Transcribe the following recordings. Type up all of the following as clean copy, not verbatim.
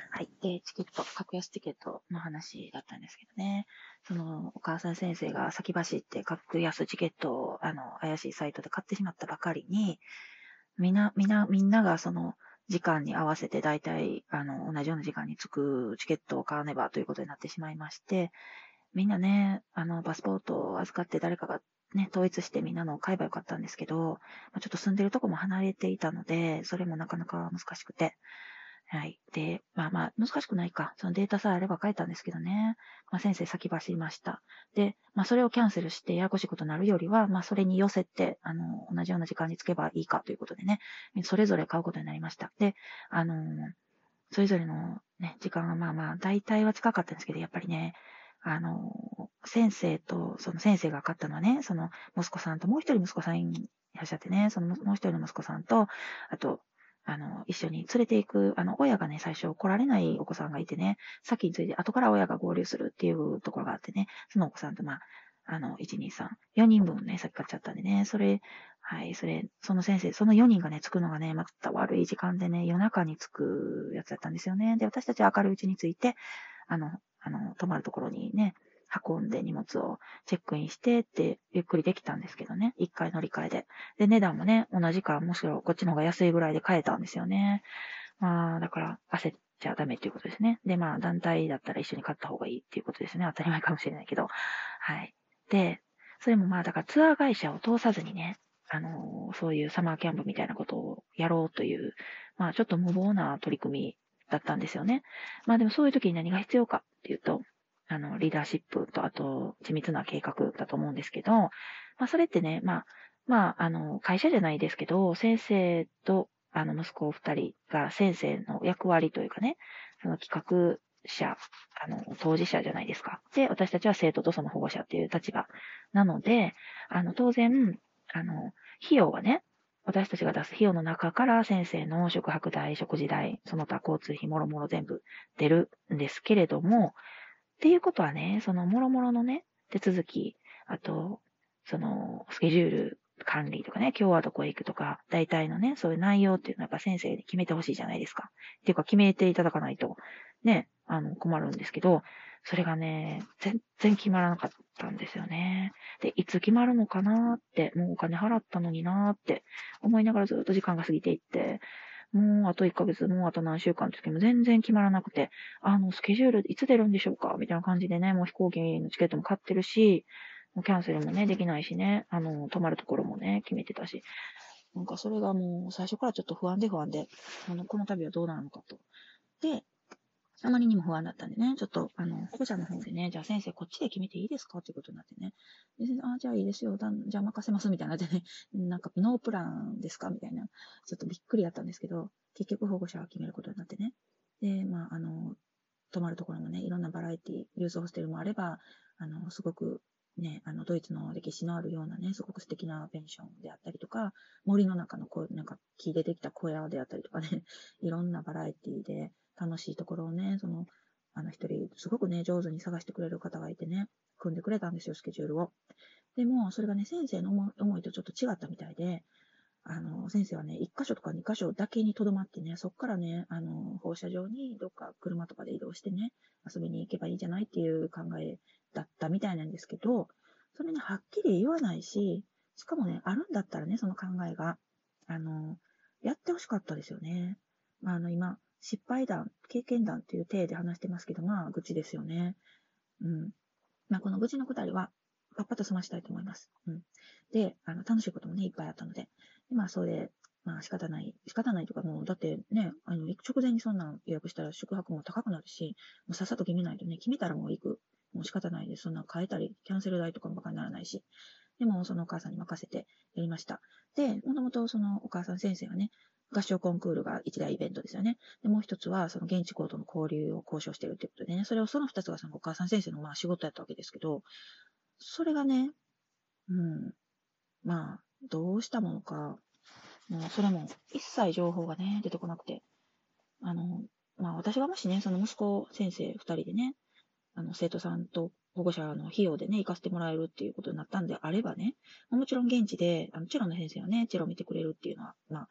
はい。で、チケット、格安チケットの話だったんですけどね。その、お母さん先生が先走って格安チケットを、怪しいサイトで買ってしまったばかりに、みんながその、時間に合わせて大体、同じような時間に着くチケットを買わねばということになってしまいまして、みんなね、パスポートを預かって誰かがね、統一してみんなのを買えばよかったんですけど、ちょっと住んでるとこも離れていたので、それもなかなか難しくて、はい。で、難しくないか。そのデータさえあれば書いたんですけどね。先生先走りました。で、それをキャンセルしてややこしいことになるよりは、それに寄せて、同じような時間につけばいいかということでね、それぞれ買うことになりました。で、それぞれのね、時間は大体は近かったんですけど、やっぱりね、先生と、その先生が買ったのはね、その息子さんと、もう一人息子さんいらっしゃってね、そのもう一人の息子さんと、あと、一緒に連れて行く、親がね、最初来られないお子さんがいてね、先について、後から親が合流するっていうところがあってね、そのお子さんと、1、2、3、4人分ね、先買っちゃったんでね、はい、その先生、その4人がね、着くのがね、また悪い時間でね、夜中に着くやつだったんですよね。で、私たちは明るいうちに着いて、泊まるところにね、運んで荷物をチェックインしてってゆっくりできたんですけどね。一回乗り換えで。で、値段もね、同じか、むしろこっちの方が安いぐらいで買えたんですよね。だから焦っちゃダメっていうことですね。で、団体だったら一緒に買った方がいいっていうことですね。当たり前かもしれないけど。はい。で、それもだからツアー会社を通さずにね、そういうサマーキャンプみたいなことをやろうという、ちょっと無謀な取り組みだったんですよね。でもそういう時に何が必要かっていうと、リーダーシップと、あと、緻密な計画だと思うんですけど、それってね、会社じゃないですけど、先生と、息子二人が先生の役割というかね、その企画者、当事者じゃないですか。で、私たちは生徒とその保護者っていう立場なので、当然、費用はね、私たちが出す費用の中から先生の宿泊代、食事代、その他交通費もろもろ全部出るんですけれども、っていうことはね、そのもろもろのね、手続き、あと、そのスケジュール管理とかね、今日はどこへ行くとか、大体のね、そういう内容っていうのはやっぱ先生に決めてほしいじゃないですか。っていうか決めていただかないと、ね、困るんですけど、それがね、全然決まらなかったんですよね。で、いつ決まるのかなって、もうお金払ったのになって思いながらずっと時間が過ぎていって、もうあと1ヶ月、もうあと何週間って時も全然決まらなくて、スケジュールいつ出るんでしょうかみたいな感じでね、もう飛行機のチケットも買ってるし、もうキャンセルもね、できないしね、泊まるところもね、決めてたし、なんかそれがもう最初からちょっと不安で、この旅はどうなるのかと。で、あまりにも不安だったんでね、ちょっと、保護者の方でね、じゃあ先生こっちで決めていいですかっていうことになってね。で、じゃあいいですよ。じゃあ任せますみたいなでね、なんかノープランですかみたいな。ちょっとびっくりだったんですけど、結局保護者が決めることになってね。で、泊まるところもね、いろんなバラエティ、ユースホステルもあれば、すごくね、ドイツの歴史のあるようなね、すごく素敵なペンションであったりとか、森の中のなんか木でできた小屋であったりとかね、いろんなバラエティで、楽しいところをね、一人、すごくね、上手に探してくれる方がいてね、組んでくれたんですよ、スケジュールを。でも、それがね、先生の思いとちょっと違ったみたいで、先生はね、1箇所とか2箇所だけに留まってね、そこからね、放射状にどっか車とかで移動してね、遊びに行けばいいんじゃないっていう考えだったみたいなんですけど、それね、はっきり言わないし、しかもね、あるんだったらね、その考えが、やってほしかったですよね。今、失敗談、経験談っていう体で話してますけど、愚痴ですよね。うん。この愚痴のくだりは、パッパと済ましたいと思います。うん。で、楽しいこともね、いっぱいあったので。で、それ、仕方ないとか、もう、だってね、行く直前にそんなん予約したら宿泊も高くなるし、もうさっさと決めないとね、決めたらもう行く。もう仕方ないです。そんな変えたり、キャンセル代とかも馬鹿にならないし。でも、そのお母さんに任せてやりました。で、もともとそのお母さん先生はね、合唱コンクールが一大イベントですよね。で、もう一つは、その現地校との交流を交渉しているということでね、その二つがそのお母さん先生の仕事やったわけですけど、それがね、うん、どうしたものか、もうそれも一切情報がね、出てこなくて、私がもしね、その息子先生二人でね、生徒さんと保護者の費用でね、行かせてもらえるっていうことになったんであればね、もちろん現地で、チェロの先生はね、チェロを見てくれるっていうのは、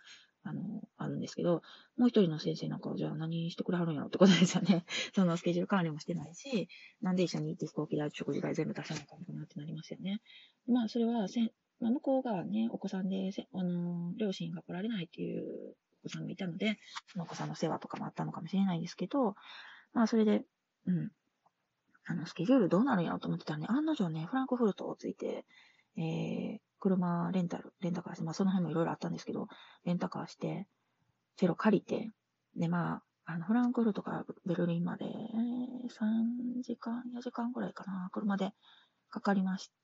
あるんですけど、もう一人の先生なんかは、じゃあ何してくれはるんやろってことですよね。そのスケジュール管理もしてないし、なんで一緒に行って飛行機代、食事代全部出さなあかんのかなってなりますよね。まあ、それは向こうがね、お子さんで、両親が来られないっていうお子さんもいたので、そのお子さんの世話とかもあったのかもしれないんですけど、まあ、それで、スケジュールどうなるんやろうと思ってたらね、案の定ね、フランクフルトをついて、車レンタカーして、まあその辺もいろいろあったんですけど、レンタカーして、チェロ借りて、で、まあ、フランクフルトからベルリンまで、3時間、4時間ぐらいかな、車でかかりまして、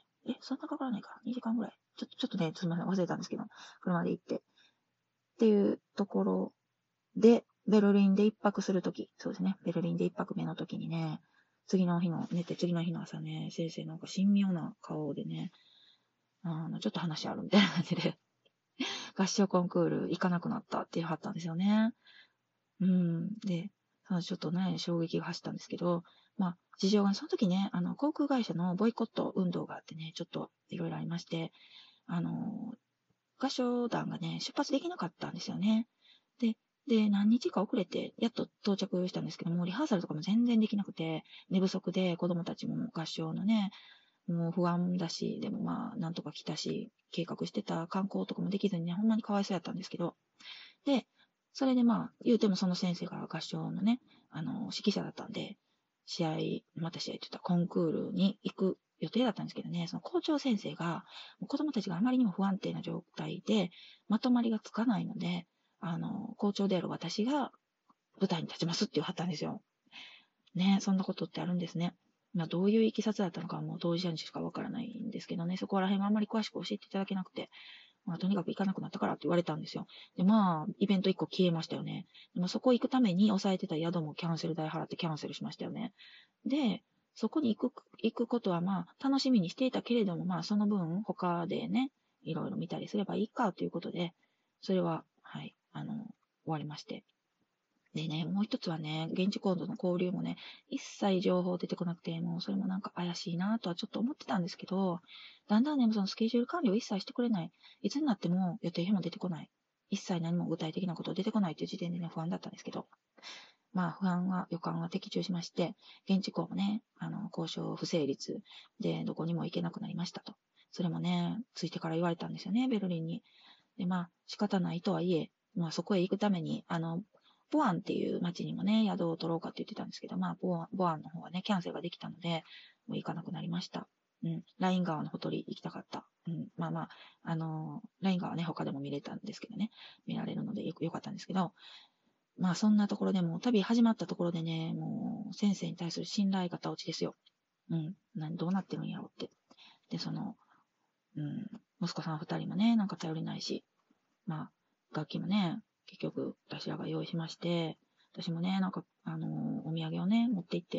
そんなかからないかな、2時間ぐらい。ちょっとね、すみません、忘れたんですけど、車で行って。っていうところで、ベルリンで一泊するとき、そうですね、ベルリンで一泊目のときにね、次の日の朝ね、先生なんか神妙な顔でね、ちょっと話あるみたいな感じで、合唱コンクール行かなくなったって言い張ったんですよね。で、ちょっとね、衝撃が走ったんですけど、まあ、事情がね、その時ね、航空会社のボイコット運動があってね、ちょっといろいろありまして、合唱団がね、出発できなかったんですよね。で、何日か遅れて、やっと到着したんですけども、リハーサルとかも全然できなくて、寝不足で子供たちも合唱のね、もう不安だし、でもまあ、なんとか来たし、計画してた観光とかもできずにね、ほんまにかわいそうやったんですけど、で、それでまあ、言うてもその先生が合唱のね、指揮者だったんで、試合って言ったらコンクールに行く予定だったんですけどね、その校長先生が、子供たちがあまりにも不安定な状態で、まとまりがつかないので、校長である私が舞台に立ちますって言わはったんですよ。ね、そんなことってあるんですね。まあ、どういういきさつだったのかはもう当事者にしかわからないんですけどね、そこら辺はあんまり詳しく教えていただけなくて、まあ、とにかく行かなくなったからって言われたんですよ。で、まあ、イベント1個消えましたよね。でもそこ行くために抑えてた宿もキャンセル代払ってキャンセルしましたよね。で、そこに行くことはまあ、楽しみにしていたけれども、まあ、その分、他でね、いろいろ見たりすればいいかということで、それは、はい、終わりまして。でね、もう一つはね、現地コードの交流もね、一切情報出てこなくて、もうそれもなんか怪しいなとはちょっと思ってたんですけど、だんだんね、そのスケジュール管理を一切してくれない。いつになっても予定表も出てこない。一切何も具体的なこと出てこないという時点でね、不安だったんですけど、まあ予感は的中しまして、現地校もね、交渉不成立でどこにも行けなくなりましたと。それもね、ついてから言われたんですよね、ベルリンに。で、まあ仕方ないとはいえ、まあそこへ行くために、ボアンっていう街にもね、宿を取ろうかって言ってたんですけど、まあ、ボアンの方はね、キャンセルができたので、もう行かなくなりました。ライン川のほとり行きたかった。まあまあ、ライン川ね、他でも見れたんですけどね、見られるのでよかったんですけど、まあそんなところでも、旅始まったところでね、もう先生に対する信頼型落ちですよ。どうなってるんやろって。で、息子さん二人もね、なんか頼りないし、まあ、楽器もね、結局、私らが用意しまして、私もね、なんか、お土産をね、持って行って、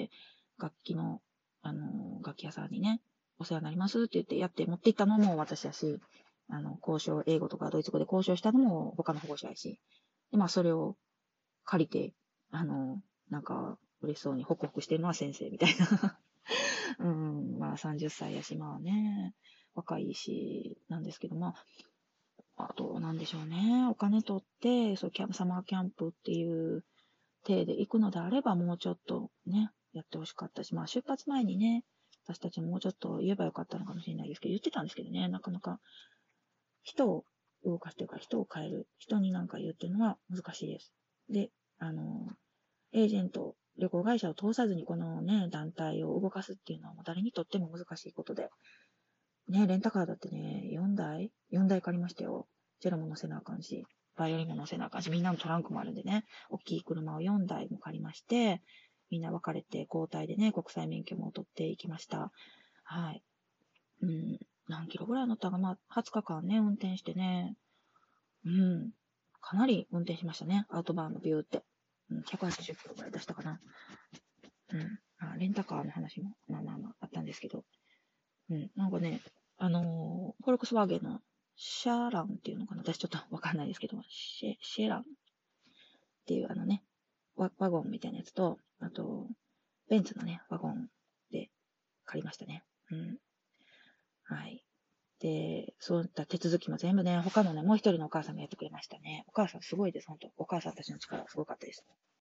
楽器屋さんにね、お世話になりますって言ってやって持って行ったのも私やし、英語とかドイツ語で交渉したのも他の保護者やし、で、まあ、それを借りて、なんか、嬉しそうにホクホクしてるのは先生みたいな。まあ、30歳やし、まあね、若いし、なんですけど、まあ、あと、なんでしょうね。お金取って、サマーキャンプっていう体で行くのであれば、もうちょっとね、やってほしかったし、まあ、出発前にね、私たちももうちょっと言えばよかったのかもしれないですけど、言ってたんですけどね、なかなか人を動かすというか、人を変える、人になんか言うっていうのは難しいです。で、エージェント、旅行会社を通さずにこのね、団体を動かすっていうのはもう誰にとっても難しいことで、ね、レンタカーだってね、4台借りましたよ。チェロも乗せなあかんし、バイオリンも乗せなあかんし、みんなのトランクもあるんでね、大きい車を4台も借りまして、みんな別れて交代でね、国際免許も取っていきました。はい。何キロぐらい乗ったか、まあ、20日間ね、運転してね、かなり運転しましたね。アウトバーンのビューって。180キロぐらい出したかな。レンタカーの話も、まあ、あったんですけど、なんかね、フォルクスワーゲンのシャーランっていうのかな、私ちょっとわかんないですけど、シェランっていうワゴンみたいなやつと、あと、ベンツのね、ワゴンで借りましたね。はい。で、そういった手続きも全部ね、他のね、もう一人のお母さんがやってくれました。 母さんすごいです、本当。お母さんたちの力すごかったです。